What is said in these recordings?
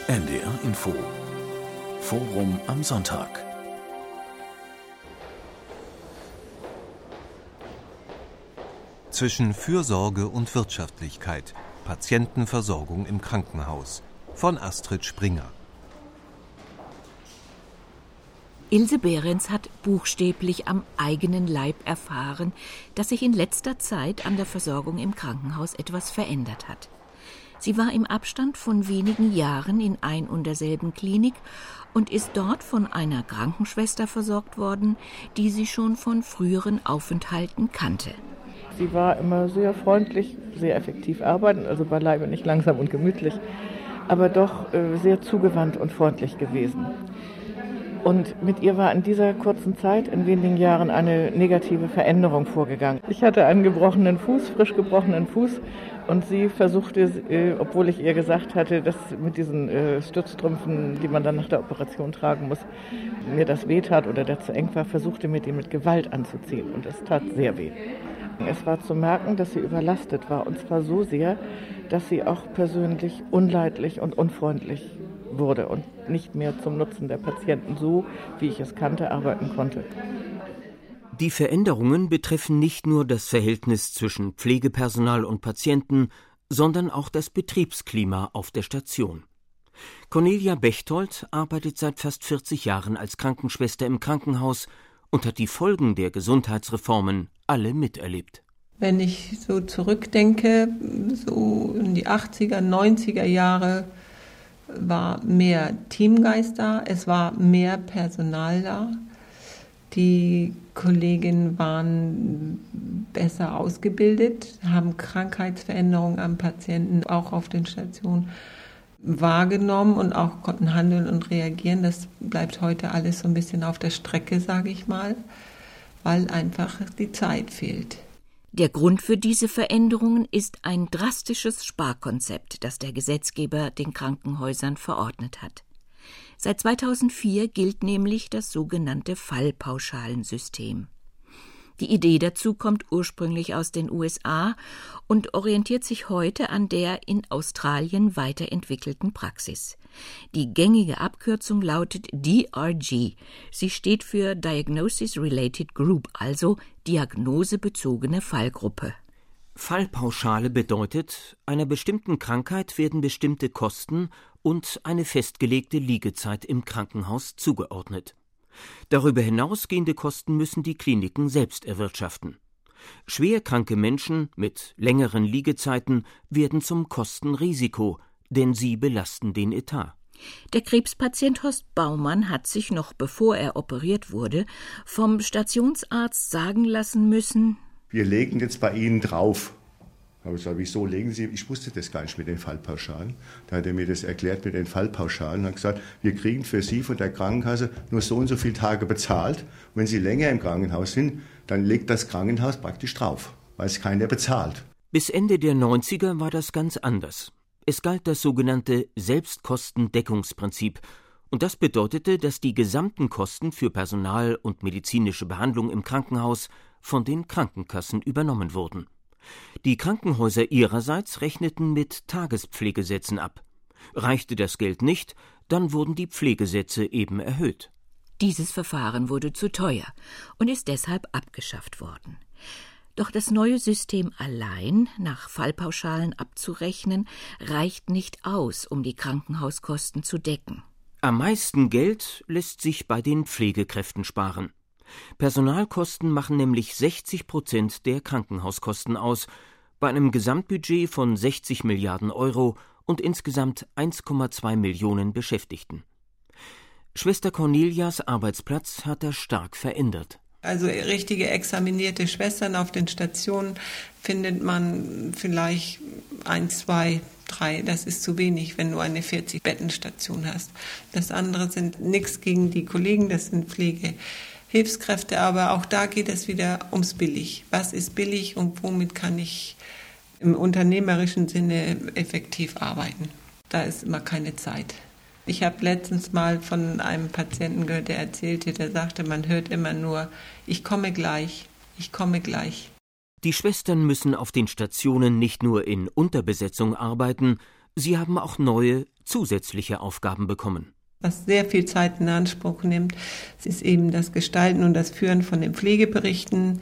NDR Info. Forum am Sonntag. Zwischen Fürsorge und Wirtschaftlichkeit. Patientenversorgung im Krankenhaus. Von Astrid Springer. Ilse Behrens hat buchstäblich am eigenen Leib erfahren, dass sich in letzter Zeit an der Versorgung im Krankenhaus etwas verändert hat. Sie war im Abstand von wenigen Jahren in ein und derselben Klinik und ist dort von einer Krankenschwester versorgt worden, die sie schon von früheren Aufenthalten kannte. Sie war immer sehr freundlich, sehr effektiv arbeitend, also beileibe nicht langsam und gemütlich, aber doch sehr zugewandt und freundlich gewesen. Und mit ihr war in dieser kurzen Zeit, in wenigen Jahren, eine negative Veränderung vorgegangen. Ich hatte einen frisch gebrochenen Fuß, und sie versuchte, obwohl ich ihr gesagt hatte, dass mit diesen Stützstrümpfen, die man dann nach der Operation tragen muss, mir das wehtat oder der zu eng war, versuchte mir die mit Gewalt anzuziehen. Und es tat sehr weh. Es war zu merken, dass sie überlastet war, und zwar so sehr, dass sie auch persönlich unleidlich und unfreundlich wurde und nicht mehr zum Nutzen der Patienten, so wie ich es kannte, arbeiten konnte. Die Veränderungen betreffen nicht nur das Verhältnis zwischen Pflegepersonal und Patienten, sondern auch das Betriebsklima auf der Station. Cornelia Bechtold arbeitet seit fast 40 Jahren als Krankenschwester im Krankenhaus und hat die Folgen der Gesundheitsreformen alle miterlebt. Wenn ich so zurückdenke, so in die 80er, 90er Jahre, war mehr Teamgeist da, es war mehr Personal da. Die Kolleginnen waren besser ausgebildet, haben Krankheitsveränderungen am Patienten auch auf den Stationen wahrgenommen und auch konnten handeln und reagieren. Das bleibt heute alles so ein bisschen auf der Strecke, sage ich mal, weil einfach die Zeit fehlt. Der Grund für diese Veränderungen ist ein drastisches Sparkonzept, das der Gesetzgeber den Krankenhäusern verordnet hat. Seit 2004 gilt nämlich das sogenannte Fallpauschalensystem. Die Idee dazu kommt ursprünglich aus den USA und orientiert sich heute an der in Australien weiterentwickelten Praxis. Die gängige Abkürzung lautet DRG. Sie steht für Diagnosis Related Group, also diagnosebezogene Fallgruppe. Fallpauschale bedeutet, einer bestimmten Krankheit werden bestimmte Kosten und eine festgelegte Liegezeit im Krankenhaus zugeordnet. Darüber hinausgehende Kosten müssen die Kliniken selbst erwirtschaften. Schwerkranke Menschen mit längeren Liegezeiten werden zum Kostenrisiko, denn sie belasten den Etat. Der Krebspatient Horst Baumann hat sich noch bevor er operiert wurde, vom Stationsarzt sagen lassen müssen: Wir legen jetzt bei Ihnen drauf. Da habe ich gesagt, wieso legen Sie? Ich wusste das gar nicht mit den Fallpauschalen. Da hat er mir das erklärt mit den Fallpauschalen und hat gesagt, wir kriegen für Sie von der Krankenkasse nur so und so viele Tage bezahlt. Und wenn Sie länger im Krankenhaus sind, dann legt das Krankenhaus praktisch drauf, weil es keiner bezahlt. Bis Ende der 90er war das ganz anders. Es galt das sogenannte Selbstkostendeckungsprinzip. Und das bedeutete, dass die gesamten Kosten für Personal und medizinische Behandlung im Krankenhaus von den Krankenkassen übernommen wurden. Die Krankenhäuser ihrerseits rechneten mit Tagespflegesätzen ab. Reichte das Geld nicht, dann wurden die Pflegesätze eben erhöht. Dieses Verfahren wurde zu teuer und ist deshalb abgeschafft worden. Doch das neue System allein, nach Fallpauschalen abzurechnen, reicht nicht aus, um die Krankenhauskosten zu decken. Am meisten Geld lässt sich bei den Pflegekräften sparen. Personalkosten machen nämlich 60% der Krankenhauskosten aus, bei einem Gesamtbudget von 60 Milliarden Euro und insgesamt 1,2 Millionen Beschäftigten. Schwester Cornelias Arbeitsplatz hat das stark verändert. Also richtige examinierte Schwestern auf den Stationen findet man vielleicht 1, 2, 3. Das ist zu wenig, wenn du eine 40-Betten-Station hast. Das andere sind nichts gegen die Kollegen, das sind Pflegehilfskräfte, aber auch da geht es wieder ums Billig. Was ist billig und womit kann ich im unternehmerischen Sinne effektiv arbeiten? Da ist immer keine Zeit. Ich habe letztens mal von einem Patienten gehört, der erzählte, der sagte, man hört immer nur, ich komme gleich, ich komme gleich. Die Schwestern müssen auf den Stationen nicht nur in Unterbesetzung arbeiten, Sie haben auch neue, zusätzliche Aufgaben bekommen. Was sehr viel Zeit in Anspruch nimmt, ist eben das Gestalten und das Führen von den Pflegeberichten.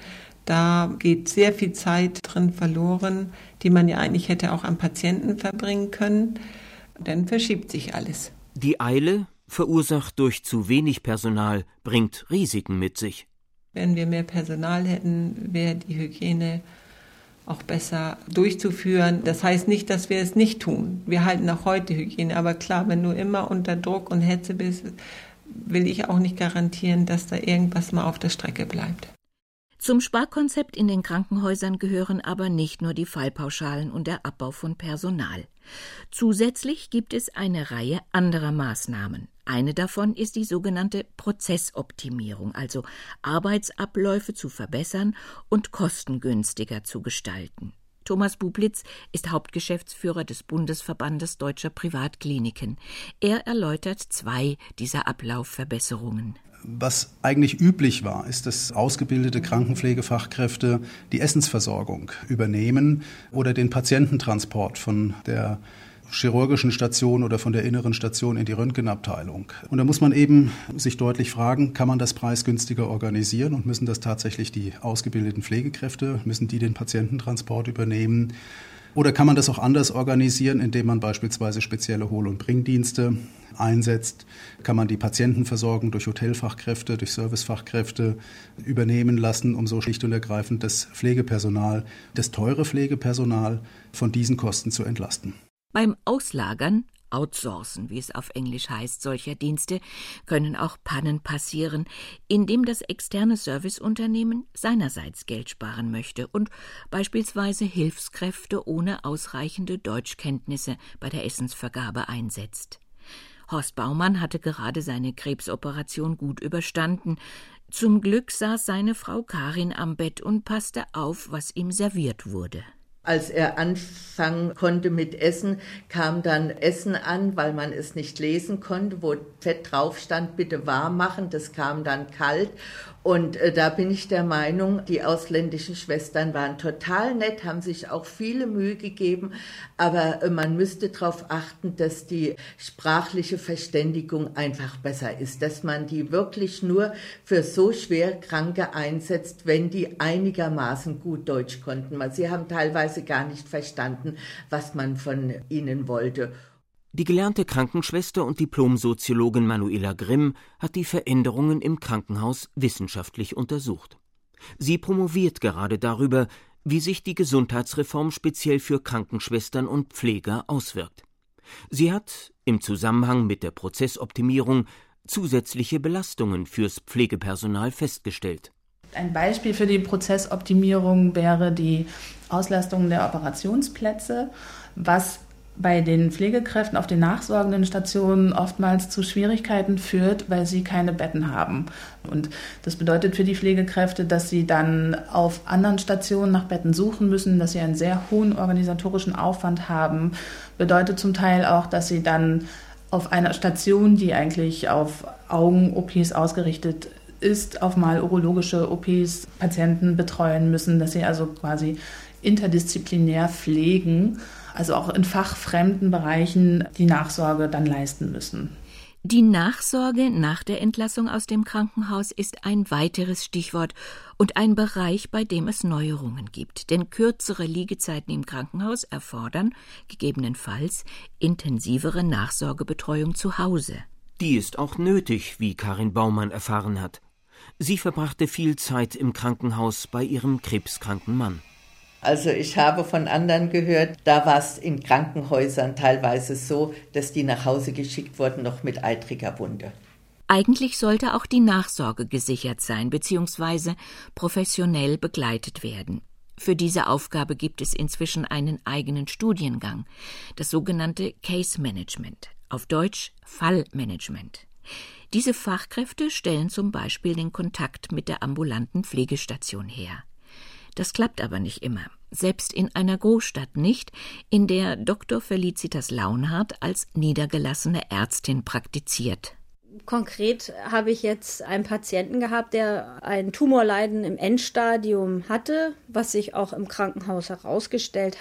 Da geht sehr viel Zeit drin verloren, die man ja eigentlich hätte auch am Patienten verbringen können. Dann verschiebt sich alles. Die Eile, verursacht durch zu wenig Personal, bringt Risiken mit sich. Wenn wir mehr Personal hätten, wäre die Hygiene auch besser durchzuführen. Das heißt nicht, dass wir es nicht tun. Wir halten auch heute Hygiene. Aber klar, wenn du immer unter Druck und Hetze bist, will ich auch nicht garantieren, dass da irgendwas mal auf der Strecke bleibt. Zum Sparkonzept in den Krankenhäusern gehören aber nicht nur die Fallpauschalen und der Abbau von Personal. Zusätzlich gibt es eine Reihe anderer Maßnahmen. Eine davon ist die sogenannte Prozessoptimierung, also Arbeitsabläufe zu verbessern und kostengünstiger zu gestalten. Thomas Bublitz ist Hauptgeschäftsführer des Bundesverbandes Deutscher Privatkliniken. Er erläutert 2 dieser Ablaufverbesserungen. Was eigentlich üblich war, ist, dass ausgebildete Krankenpflegefachkräfte die Essensversorgung übernehmen oder den Patiententransport von der chirurgischen Station oder von der inneren Station in die Röntgenabteilung. Und da muss man eben sich deutlich fragen, kann man das preisgünstiger organisieren und müssen das tatsächlich die ausgebildeten Pflegekräfte, müssen die den Patiententransport übernehmen? Oder kann man das auch anders organisieren, indem man beispielsweise spezielle Hohl- und Bringdienste einsetzt? Kann man die Patientenversorgung durch Hotelfachkräfte, durch Servicefachkräfte übernehmen lassen, um so schlicht und ergreifend das Pflegepersonal, das teure Pflegepersonal von diesen Kosten zu entlasten? Beim Auslagern, Outsourcen, wie es auf Englisch heißt, solcher Dienste, können auch Pannen passieren, indem das externe Serviceunternehmen seinerseits Geld sparen möchte und beispielsweise Hilfskräfte ohne ausreichende Deutschkenntnisse bei der Essensvergabe einsetzt. Horst Baumann hatte gerade seine Krebsoperation gut überstanden. Zum Glück saß seine Frau Karin am Bett und passte auf, was ihm serviert wurde. Als er anfangen konnte mit Essen, kam dann Essen an, weil man es nicht lesen konnte, wo fett drauf stand, bitte warm machen, das kam dann kalt. Und da bin ich der Meinung, die ausländischen Schwestern waren total nett, haben sich auch viele Mühe gegeben, aber man müsste darauf achten, dass die sprachliche Verständigung einfach besser ist, dass man die wirklich nur für so schwer Kranke einsetzt, wenn die einigermaßen gut Deutsch konnten. Sie haben teilweise gar nicht verstanden, was man von ihnen wollte. Die gelernte Krankenschwester und Diplomsoziologin Manuela Grimm hat die Veränderungen im Krankenhaus wissenschaftlich untersucht. Sie promoviert gerade darüber, wie sich die Gesundheitsreform speziell für Krankenschwestern und Pfleger auswirkt. Sie hat im Zusammenhang mit der Prozessoptimierung zusätzliche Belastungen fürs Pflegepersonal festgestellt. Ein Beispiel für die Prozessoptimierung wäre die Auslastung der Operationsplätze, was bei den Pflegekräften auf den nachsorgenden Stationen oftmals zu Schwierigkeiten führt, weil sie keine Betten haben. Und das bedeutet für die Pflegekräfte, dass sie dann auf anderen Stationen nach Betten suchen müssen, dass sie einen sehr hohen organisatorischen Aufwand haben. Bedeutet zum Teil auch, dass sie dann auf einer Station, die eigentlich auf Augen-OPs ausgerichtet ist, auf mal urologische OPs Patienten betreuen müssen, dass sie also quasi interdisziplinär pflegen, also auch in fachfremden Bereichen die Nachsorge dann leisten müssen. Die Nachsorge nach der Entlassung aus dem Krankenhaus ist ein weiteres Stichwort und ein Bereich, bei dem es Neuerungen gibt. Denn kürzere Liegezeiten im Krankenhaus erfordern gegebenenfalls intensivere Nachsorgebetreuung zu Hause. Die ist auch nötig, wie Karin Baumann erfahren hat. Sie verbrachte viel Zeit im Krankenhaus bei ihrem krebskranken Mann. Also ich habe von anderen gehört, da war es in Krankenhäusern teilweise so, dass die nach Hause geschickt wurden, noch mit eitriger Wunde. Eigentlich sollte auch die Nachsorge gesichert sein bzw. professionell begleitet werden. Für diese Aufgabe gibt es inzwischen einen eigenen Studiengang, das sogenannte Case Management, auf Deutsch Fallmanagement. Diese Fachkräfte stellen zum Beispiel den Kontakt mit der ambulanten Pflegestation her. Das klappt aber nicht immer, selbst in einer Großstadt nicht, in der Dr. Felicitas Launhardt als niedergelassene Ärztin praktiziert. Konkret habe ich jetzt einen Patienten gehabt, der ein Tumorleiden im Endstadium hatte, was sich auch im Krankenhaus herausgestellt hat.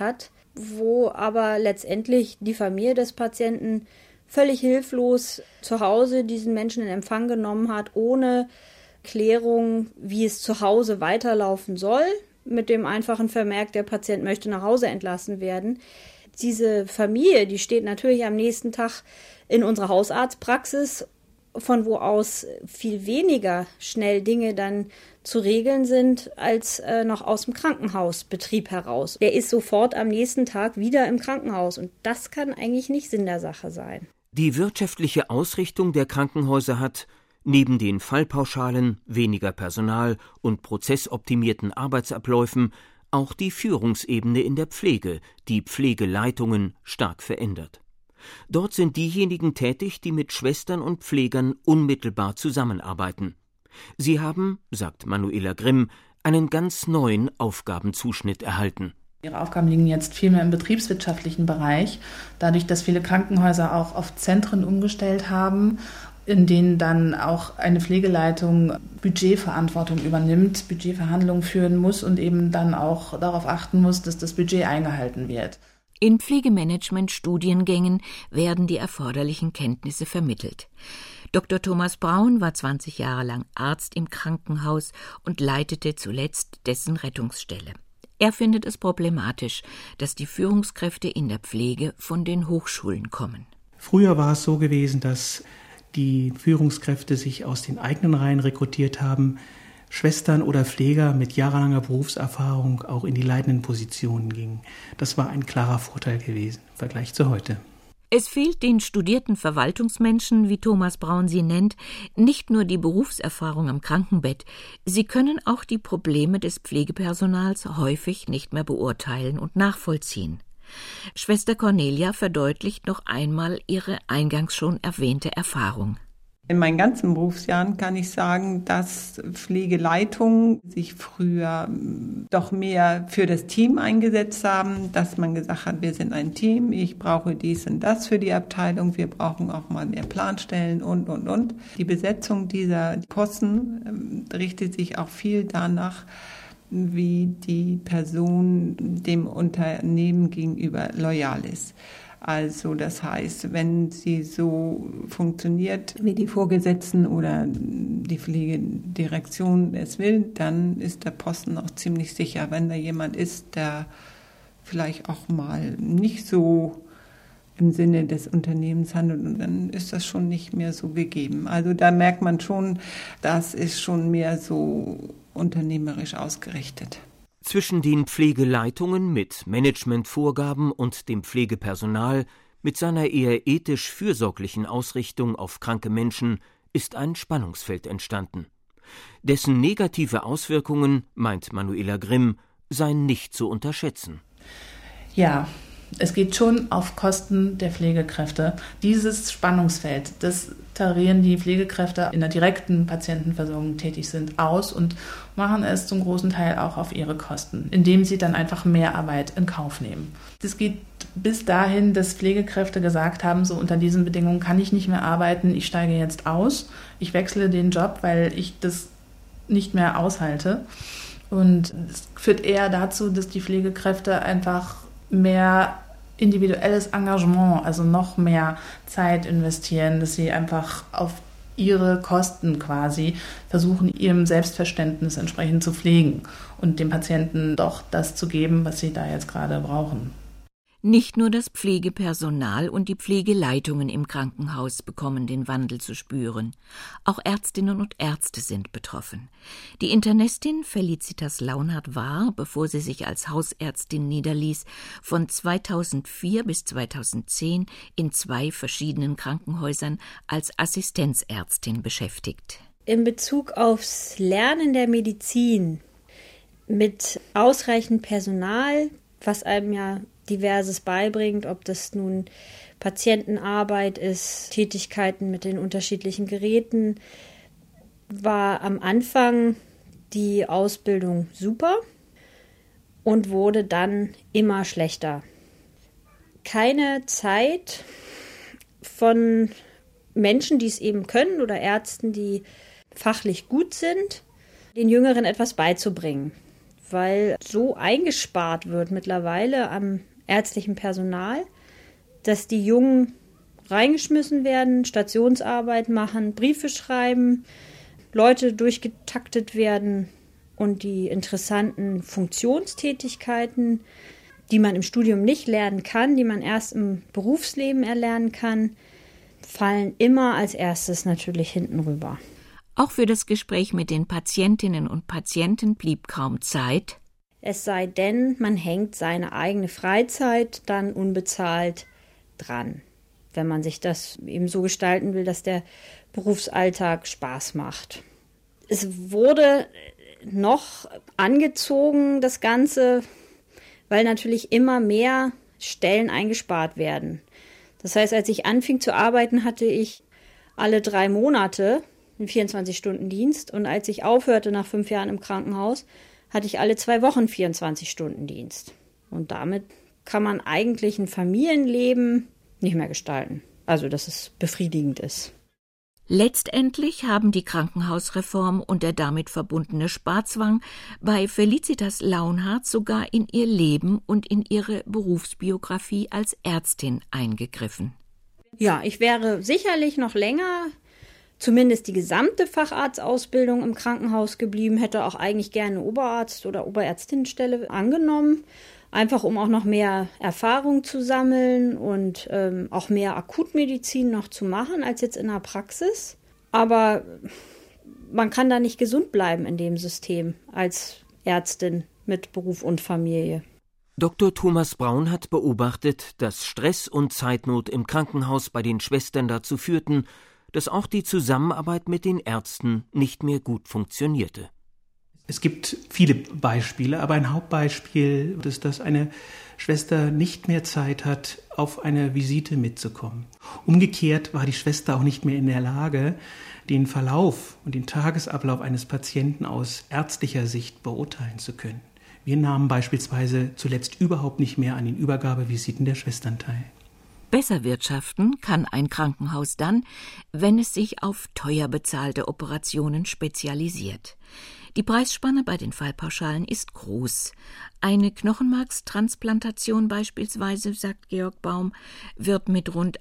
wo aber letztendlich die Familie des Patienten völlig hilflos zu Hause diesen Menschen in Empfang genommen hat, ohne Klärung, wie es zu Hause weiterlaufen soll, mit dem einfachen Vermerk, der Patient möchte nach Hause entlassen werden. Diese Familie, die steht natürlich am nächsten Tag in unserer Hausarztpraxis, von wo aus viel weniger schnell Dinge dann zu regeln sind, als noch aus dem Krankenhausbetrieb heraus. Der ist sofort am nächsten Tag wieder im Krankenhaus und das kann eigentlich nicht Sinn der Sache sein. Die wirtschaftliche Ausrichtung der Krankenhäuser hat, neben den Fallpauschalen, weniger Personal und prozessoptimierten Arbeitsabläufen, auch die Führungsebene in der Pflege, die Pflegeleitungen, stark verändert. Dort sind diejenigen tätig, die mit Schwestern und Pflegern unmittelbar zusammenarbeiten. Sie haben, sagt Manuela Grimm, einen ganz neuen Aufgabenzuschnitt erhalten. Ihre Aufgaben liegen jetzt viel mehr im betriebswirtschaftlichen Bereich, dadurch, dass viele Krankenhäuser auch auf Zentren umgestellt haben, in denen dann auch eine Pflegeleitung Budgetverantwortung übernimmt, Budgetverhandlungen führen muss und eben dann auch darauf achten muss, dass das Budget eingehalten wird. In Pflegemanagement-Studiengängen werden die erforderlichen Kenntnisse vermittelt. Dr. Thomas Braun war 20 Jahre lang Arzt im Krankenhaus und leitete zuletzt dessen Rettungsstelle. Er findet es problematisch, dass die Führungskräfte in der Pflege von den Hochschulen kommen. Früher war es so gewesen, dass die Führungskräfte sich aus den eigenen Reihen rekrutiert haben, Schwestern oder Pfleger mit jahrelanger Berufserfahrung auch in die leitenden Positionen gingen. Das war ein klarer Vorteil gewesen im Vergleich zu heute. Es fehlt den studierten Verwaltungsmenschen, wie Thomas Braun sie nennt, nicht nur die Berufserfahrung am Krankenbett, sie können auch die Probleme des Pflegepersonals häufig nicht mehr beurteilen und nachvollziehen. Schwester Cornelia verdeutlicht noch einmal ihre eingangs schon erwähnte Erfahrung. In meinen ganzen Berufsjahren kann ich sagen, dass Pflegeleitungen sich früher doch mehr für das Team eingesetzt haben, dass man gesagt hat, wir sind ein Team, ich brauche dies und das für die Abteilung, wir brauchen auch mal mehr Planstellen und. Die Besetzung dieser Posten richtet sich auch viel danach, wie die Person dem Unternehmen gegenüber loyal ist. Also das heißt, wenn sie so funktioniert, wie die Vorgesetzten oder die Pflegedirektion es will, dann ist der Posten auch ziemlich sicher. Wenn da jemand ist, der vielleicht auch mal nicht so im Sinne des Unternehmens handelt, dann ist das schon nicht mehr so gegeben. Also da merkt man schon, das ist schon mehr so unternehmerisch ausgerichtet. Zwischen den Pflegeleitungen mit Managementvorgaben und dem Pflegepersonal mit seiner eher ethisch fürsorglichen Ausrichtung auf kranke Menschen ist ein Spannungsfeld entstanden. Dessen negative Auswirkungen, meint Manuela Grimm, seien nicht zu unterschätzen. Ja, es geht schon auf Kosten der Pflegekräfte. Dieses Spannungsfeld, das tarieren die Pflegekräfte in der direkten Patientenversorgung tätig sind, aus und machen es zum großen Teil auch auf ihre Kosten, indem sie dann einfach mehr Arbeit in Kauf nehmen. Das geht bis dahin, dass Pflegekräfte gesagt haben, so unter diesen Bedingungen kann ich nicht mehr arbeiten, ich steige jetzt aus, ich wechsle den Job, weil ich das nicht mehr aushalte. Und es führt eher dazu, dass die Pflegekräfte einfach mehr individuelles Engagement, also noch mehr Zeit investieren, dass sie einfach auf ihre Kosten quasi versuchen, ihrem Selbstverständnis entsprechend zu pflegen und dem Patienten doch das zu geben, was sie da jetzt gerade brauchen. Nicht nur das Pflegepersonal und die Pflegeleitungen im Krankenhaus bekommen den Wandel zu spüren. Auch Ärztinnen und Ärzte sind betroffen. Die Internistin Felicitas Launhardt war, bevor sie sich als Hausärztin niederließ, von 2004 bis 2010 in 2 verschiedenen Krankenhäusern als Assistenzärztin beschäftigt. In Bezug aufs Lernen der Medizin mit ausreichend Personal, was einem ja Diverses beibringt, ob das nun Patientenarbeit ist, Tätigkeiten mit den unterschiedlichen Geräten, war am Anfang die Ausbildung super und wurde dann immer schlechter. Keine Zeit von Menschen, die es eben können oder Ärzten, die fachlich gut sind, den Jüngeren etwas beizubringen, weil so eingespart wird mittlerweile am ärztlichem Personal, dass die Jungen reingeschmissen werden, Stationsarbeit machen, Briefe schreiben, Leute durchgetaktet werden und die interessanten Funktionstätigkeiten, die man im Studium nicht lernen kann, die man erst im Berufsleben erlernen kann, fallen immer als erstes natürlich hinten rüber. Auch für das Gespräch mit den Patientinnen und Patienten blieb kaum Zeit. Es sei denn, man hängt seine eigene Freizeit dann unbezahlt dran, wenn man sich das eben so gestalten will, dass der Berufsalltag Spaß macht. Es wurde noch angezogen, das Ganze, weil natürlich immer mehr Stellen eingespart werden. Das heißt, als ich anfing zu arbeiten, hatte ich alle 3 Monate einen 24-Stunden-Dienst und als ich aufhörte nach 5 Jahren im Krankenhaus, hatte ich alle 2 Wochen 24-Stunden-Dienst. Und damit kann man eigentlich ein Familienleben nicht mehr gestalten. Also, dass es befriedigend ist. Letztendlich haben die Krankenhausreform und der damit verbundene Sparzwang bei Felicitas Launhardt sogar in ihr Leben und in ihre Berufsbiografie als Ärztin eingegriffen. Ja, ich wäre sicherlich noch länger, zumindest die gesamte Facharztausbildung im Krankenhaus geblieben, hätte auch eigentlich gerne Oberarzt- oder Oberärztinnenstelle angenommen, einfach um auch noch mehr Erfahrung zu sammeln und auch mehr Akutmedizin noch zu machen als jetzt in der Praxis. Aber man kann da nicht gesund bleiben in dem System als Ärztin mit Beruf und Familie. Dr. Thomas Braun hat beobachtet, dass Stress und Zeitnot im Krankenhaus bei den Schwestern dazu führten, dass auch die Zusammenarbeit mit den Ärzten nicht mehr gut funktionierte. Es gibt viele Beispiele, aber ein Hauptbeispiel ist, dass eine Schwester nicht mehr Zeit hat, auf eine Visite mitzukommen. Umgekehrt war die Schwester auch nicht mehr in der Lage, den Verlauf und den Tagesablauf eines Patienten aus ärztlicher Sicht beurteilen zu können. Wir nahmen beispielsweise zuletzt überhaupt nicht mehr an den Übergabevisiten der Schwestern teil. Besser wirtschaften kann ein Krankenhaus dann, wenn es sich auf teuer bezahlte Operationen spezialisiert. Die Preisspanne bei den Fallpauschalen ist groß. Eine Knochenmarkstransplantation beispielsweise, sagt Georg Baum, wird mit rund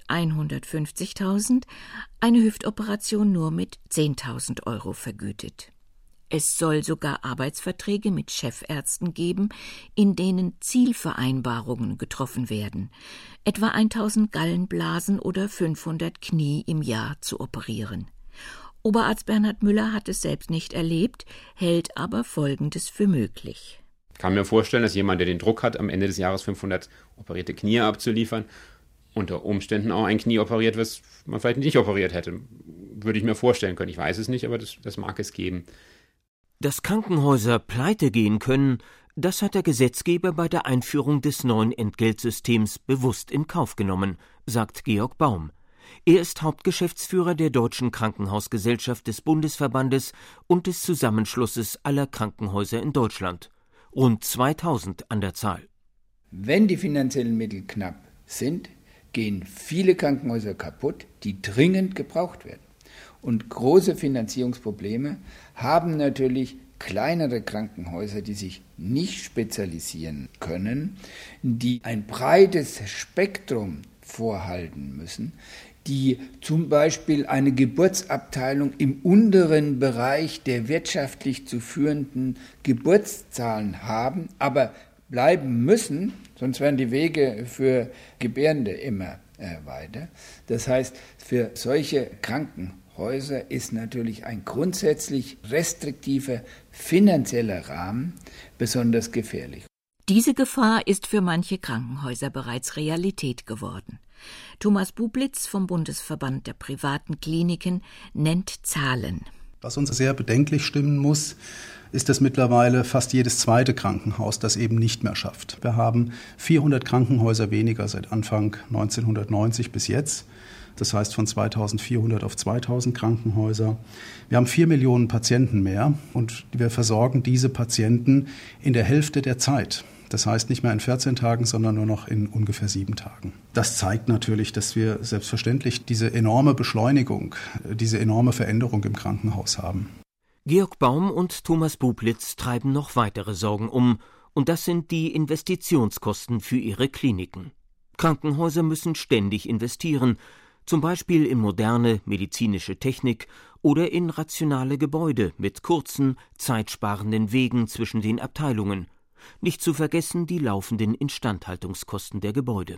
150.000, eine Hüftoperation nur mit 10.000 € vergütet. Es soll sogar Arbeitsverträge mit Chefärzten geben, in denen Zielvereinbarungen getroffen werden, etwa 1.000 Gallenblasen oder 500 Knie im Jahr zu operieren. Oberarzt Bernhard Müller hat es selbst nicht erlebt, hält aber Folgendes für möglich. Ich kann mir vorstellen, dass jemand, der den Druck hat, am Ende des Jahres 500 operierte Knie abzuliefern, unter Umständen auch ein Knie operiert, was man vielleicht nicht operiert hätte. Würde ich mir vorstellen können. Ich weiß es nicht, aber das mag es geben. Dass Krankenhäuser pleite gehen können, das hat der Gesetzgeber bei der Einführung des neuen Entgeltsystems bewusst in Kauf genommen, sagt Georg Baum. Er ist Hauptgeschäftsführer der Deutschen Krankenhausgesellschaft des Bundesverbandes und des Zusammenschlusses aller Krankenhäuser in Deutschland. Rund 2000 an der Zahl. Wenn die finanziellen Mittel knapp sind, gehen viele Krankenhäuser kaputt, die dringend gebraucht werden. Und große Finanzierungsprobleme haben natürlich kleinere Krankenhäuser, die sich nicht spezialisieren können, die ein breites Spektrum vorhalten müssen, die zum Beispiel eine Geburtsabteilung im unteren Bereich der wirtschaftlich zu führenden Geburtszahlen haben, aber bleiben müssen, sonst werden die Wege für Gebärende immer weiter. Das heißt, für solche Krankenhäuser ist natürlich ein grundsätzlich restriktiver finanzieller Rahmen besonders gefährlich. Diese Gefahr ist für manche Krankenhäuser bereits Realität geworden. Thomas Bublitz vom Bundesverband der privaten Kliniken nennt Zahlen. Was uns sehr bedenklich stimmen muss, ist, dass mittlerweile fast jedes zweite Krankenhaus das eben nicht mehr schafft. Wir haben 400 Krankenhäuser weniger seit Anfang 1990 bis jetzt. Das heißt von 2400 auf 2000 Krankenhäuser. Wir haben 4 Millionen Patienten mehr und wir versorgen diese Patienten in der Hälfte der Zeit. Das heißt nicht mehr in 14 Tagen, sondern nur noch in ungefähr 7 Tagen. Das zeigt natürlich, dass wir selbstverständlich diese enorme Beschleunigung, diese enorme Veränderung im Krankenhaus haben. Georg Baum und Thomas Bublitz treiben noch weitere Sorgen um Und das sind die Investitionskosten für ihre Kliniken. Krankenhäuser müssen ständig investieren, zum Beispiel in moderne medizinische Technik oder in rationale Gebäude mit kurzen, zeitsparenden Wegen zwischen den Abteilungen. Nicht zu vergessen die laufenden Instandhaltungskosten der Gebäude.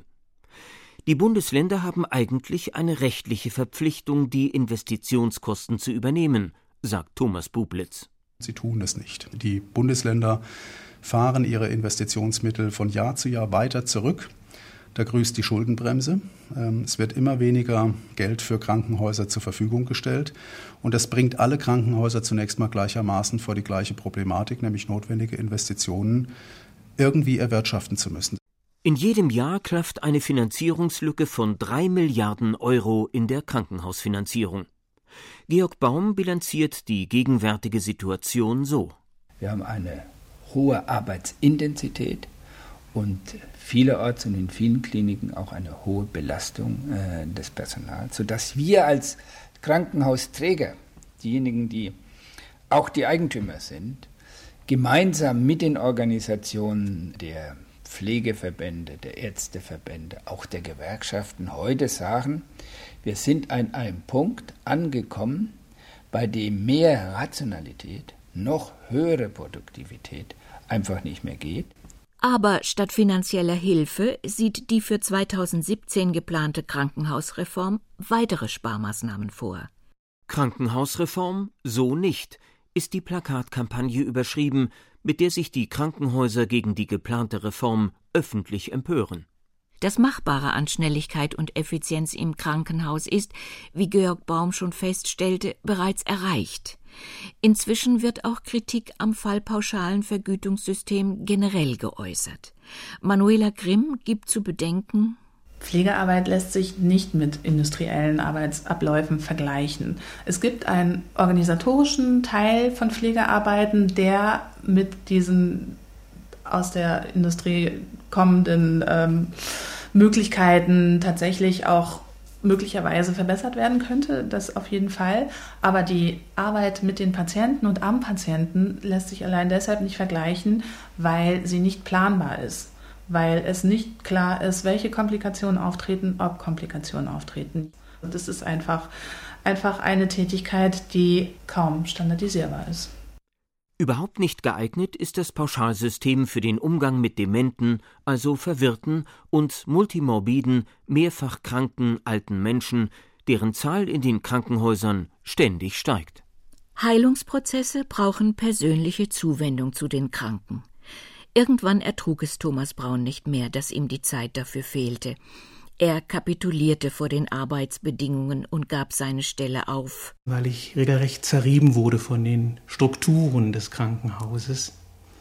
Die Bundesländer haben eigentlich eine rechtliche Verpflichtung, die Investitionskosten zu übernehmen, sagt Thomas Bublitz. Sie tun es nicht. Die Bundesländer fahren ihre Investitionsmittel von Jahr zu Jahr weiter zurück. Da grüßt die Schuldenbremse. Es wird immer weniger Geld für Krankenhäuser zur Verfügung gestellt. Und das bringt alle Krankenhäuser zunächst mal gleichermaßen vor die gleiche Problematik, nämlich notwendige Investitionen irgendwie erwirtschaften zu müssen. In jedem Jahr klafft eine Finanzierungslücke von 3 Milliarden Euro in der Krankenhausfinanzierung. Georg Baum bilanziert die gegenwärtige Situation so. Wir haben eine hohe Arbeitsintensität und vielerorts und in vielen Kliniken auch eine hohe Belastung des Personals, sodass wir als Krankenhausträger, diejenigen, die auch die Eigentümer sind, gemeinsam mit den Organisationen der Pflegeverbände, der Ärzteverbände, auch der Gewerkschaften heute sagen, wir sind an einem Punkt angekommen, bei dem mehr Rationalität, noch höhere Produktivität einfach nicht mehr geht. Aber statt finanzieller Hilfe sieht die für 2017 geplante Krankenhausreform weitere Sparmaßnahmen vor. Krankenhausreform so nicht, ist die Plakatkampagne überschrieben, mit der sich die Krankenhäuser gegen die geplante Reform öffentlich empören. Das Machbare an Schnelligkeit und Effizienz im Krankenhaus ist, wie Georg Baum schon feststellte, bereits erreicht. Inzwischen wird auch Kritik am fallpauschalen Vergütungssystem generell geäußert. Manuela Grimm gibt zu bedenken: Pflegearbeit lässt sich nicht mit industriellen Arbeitsabläufen vergleichen. Es gibt einen organisatorischen Teil von Pflegearbeiten, der mit diesen aus der Industrie kommenden Möglichkeiten tatsächlich auch möglicherweise verbessert werden könnte, das auf jeden Fall. Aber die Arbeit mit den Patienten und am Patienten lässt sich allein deshalb nicht vergleichen, weil sie nicht planbar ist. Weil es nicht klar ist, welche Komplikationen auftreten, ob Komplikationen auftreten. Und das ist einfach eine Tätigkeit, die kaum standardisierbar ist. Überhaupt nicht geeignet ist das Pauschalsystem für den Umgang mit dementen, also verwirrten und multimorbiden, mehrfach kranken alten Menschen, deren Zahl in den Krankenhäusern ständig steigt. Heilungsprozesse brauchen persönliche Zuwendung zu den Kranken. Irgendwann ertrug es Thomas Braun nicht mehr, dass ihm die Zeit dafür fehlte. Er kapitulierte vor den Arbeitsbedingungen und gab seine Stelle auf. Weil ich regelrecht zerrieben wurde von den Strukturen des Krankenhauses.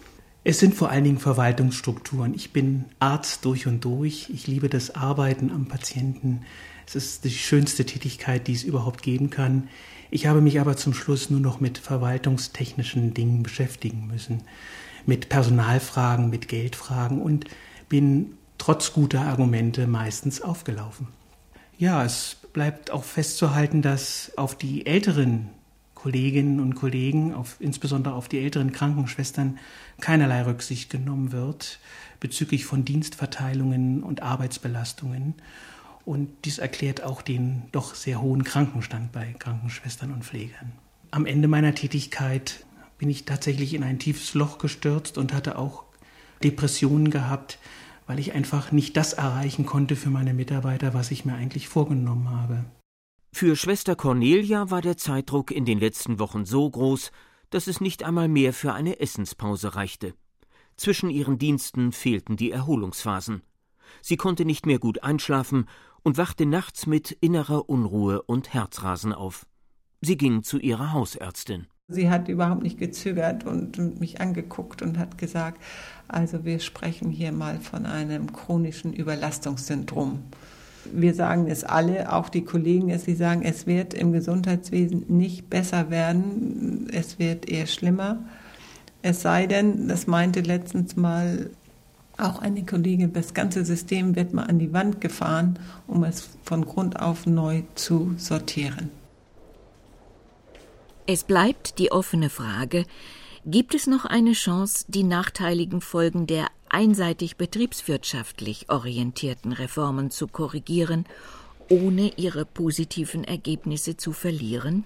Es sind vor allen Dingen Verwaltungsstrukturen. Ich bin Arzt durch und durch. Ich liebe das Arbeiten am Patienten. Es ist die schönste Tätigkeit, die es überhaupt geben kann. Ich habe mich aber zum Schluss nur noch mit verwaltungstechnischen Dingen beschäftigen müssen. Mit Personalfragen, mit Geldfragen und bin trotz guter Argumente meistens aufgelaufen. Ja, es bleibt auch festzuhalten, dass auf die älteren Kolleginnen und Kollegen, insbesondere auf die älteren Krankenschwestern, keinerlei Rücksicht genommen wird bezüglich von Dienstverteilungen und Arbeitsbelastungen. Und dies erklärt auch den doch sehr hohen Krankenstand bei Krankenschwestern und Pflegern. Am Ende meiner Tätigkeit bin ich tatsächlich in ein tiefes Loch gestürzt und hatte auch Depressionen gehabt, weil ich einfach nicht das erreichen konnte für meine Mitarbeiter, was ich mir eigentlich vorgenommen habe. Für Schwester Cornelia war der Zeitdruck in den letzten Wochen so groß, dass es nicht einmal mehr für eine Essenspause reichte. Zwischen ihren Diensten fehlten die Erholungsphasen. Sie konnte nicht mehr gut einschlafen und wachte nachts mit innerer Unruhe und Herzrasen auf. Sie ging zu ihrer Hausärztin. Sie hat überhaupt nicht gezögert und mich angeguckt und hat gesagt, also wir sprechen hier mal von einem chronischen Überlastungssyndrom. Wir sagen es alle, auch die Kollegen, sie sagen, es wird im Gesundheitswesen nicht besser werden, es wird eher schlimmer. Es sei denn, das meinte letztens mal auch eine Kollegin, das ganze System wird mal an die Wand gefahren, um es von Grund auf neu zu sortieren. Es bleibt die offene Frage, Gibt es noch eine Chance, die nachteiligen Folgen der einseitig betriebswirtschaftlich orientierten Reformen zu korrigieren, ohne ihre positiven Ergebnisse zu verlieren?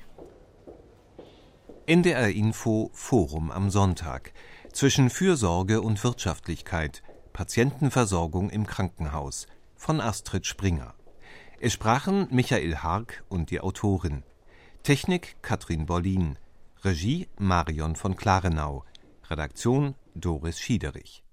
NDR Info Forum am Sonntag. Zwischen Fürsorge und Wirtschaftlichkeit. Patientenversorgung im Krankenhaus. Von Astrid Springer. Es sprachen Michael Hark und die Autorin. Technik Katrin Bollin. Regie Marion von Klarenau. Redaktion Doris Schiederich.